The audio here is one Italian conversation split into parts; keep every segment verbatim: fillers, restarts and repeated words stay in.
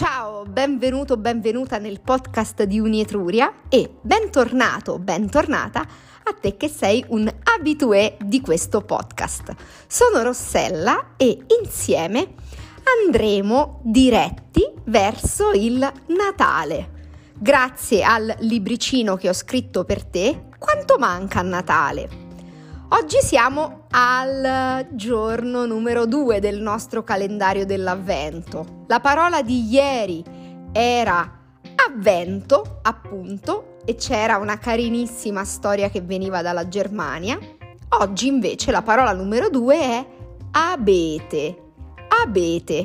Ciao, benvenuto, benvenuta nel podcast di Unietruria e bentornato, bentornata a te che sei un habitué di questo podcast. Sono Rossella e insieme andremo diretti verso il Natale. Grazie al libricino che ho scritto per te, quanto manca a Natale? Oggi siamo al giorno numero due del nostro calendario dell'Avvento. La parola di ieri era avvento, appunto, e c'era una carinissima storia che veniva dalla Germania. Oggi invece la parola numero due è abete. Abete.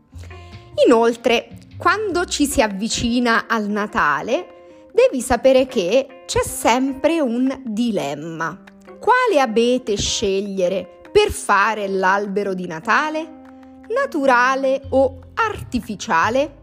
Inoltre, quando ci si avvicina al Natale, devi sapere che c'è sempre un dilemma. Quale abete scegliere per fare l'albero di Natale? Naturale o artificiale?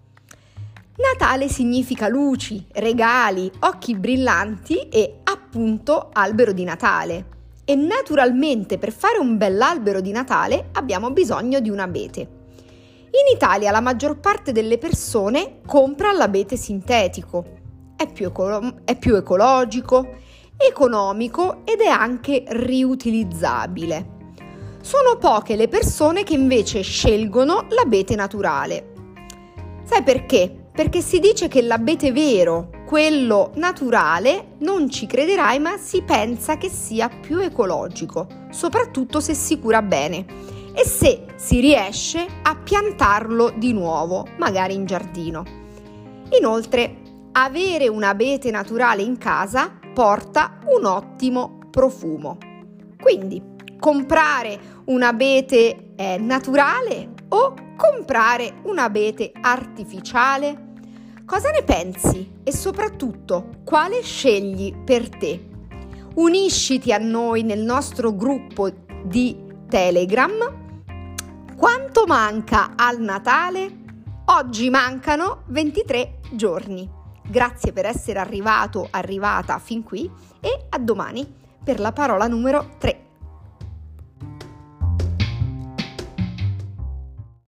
Natale significa luci, regali, occhi brillanti e appunto albero di Natale. E naturalmente per fare un bell'albero di Natale abbiamo bisogno di un abete. In Italia la maggior parte delle persone compra l'abete sintetico. È più, ecolo- è più ecologico, economico ed è anche riutilizzabile. Sono poche le persone che invece scelgono l'abete naturale. Sai perché? Perché si dice che l'abete vero, quello naturale, non ci crederai, ma si pensa che sia più ecologico, soprattutto se si cura bene e se si riesce a piantarlo di nuovo, magari in giardino. Inoltre, avere un abete naturale in casa porta un ottimo profumo. Quindi, comprare un abete eh, naturale o comprare un abete artificiale? Cosa ne pensi? E soprattutto, quale scegli per te? Unisciti a noi nel nostro gruppo di Telegram. Quanto manca al Natale? Oggi mancano ventitré giorni. Grazie per essere arrivato, arrivata fin qui e a domani per la parola numero tre.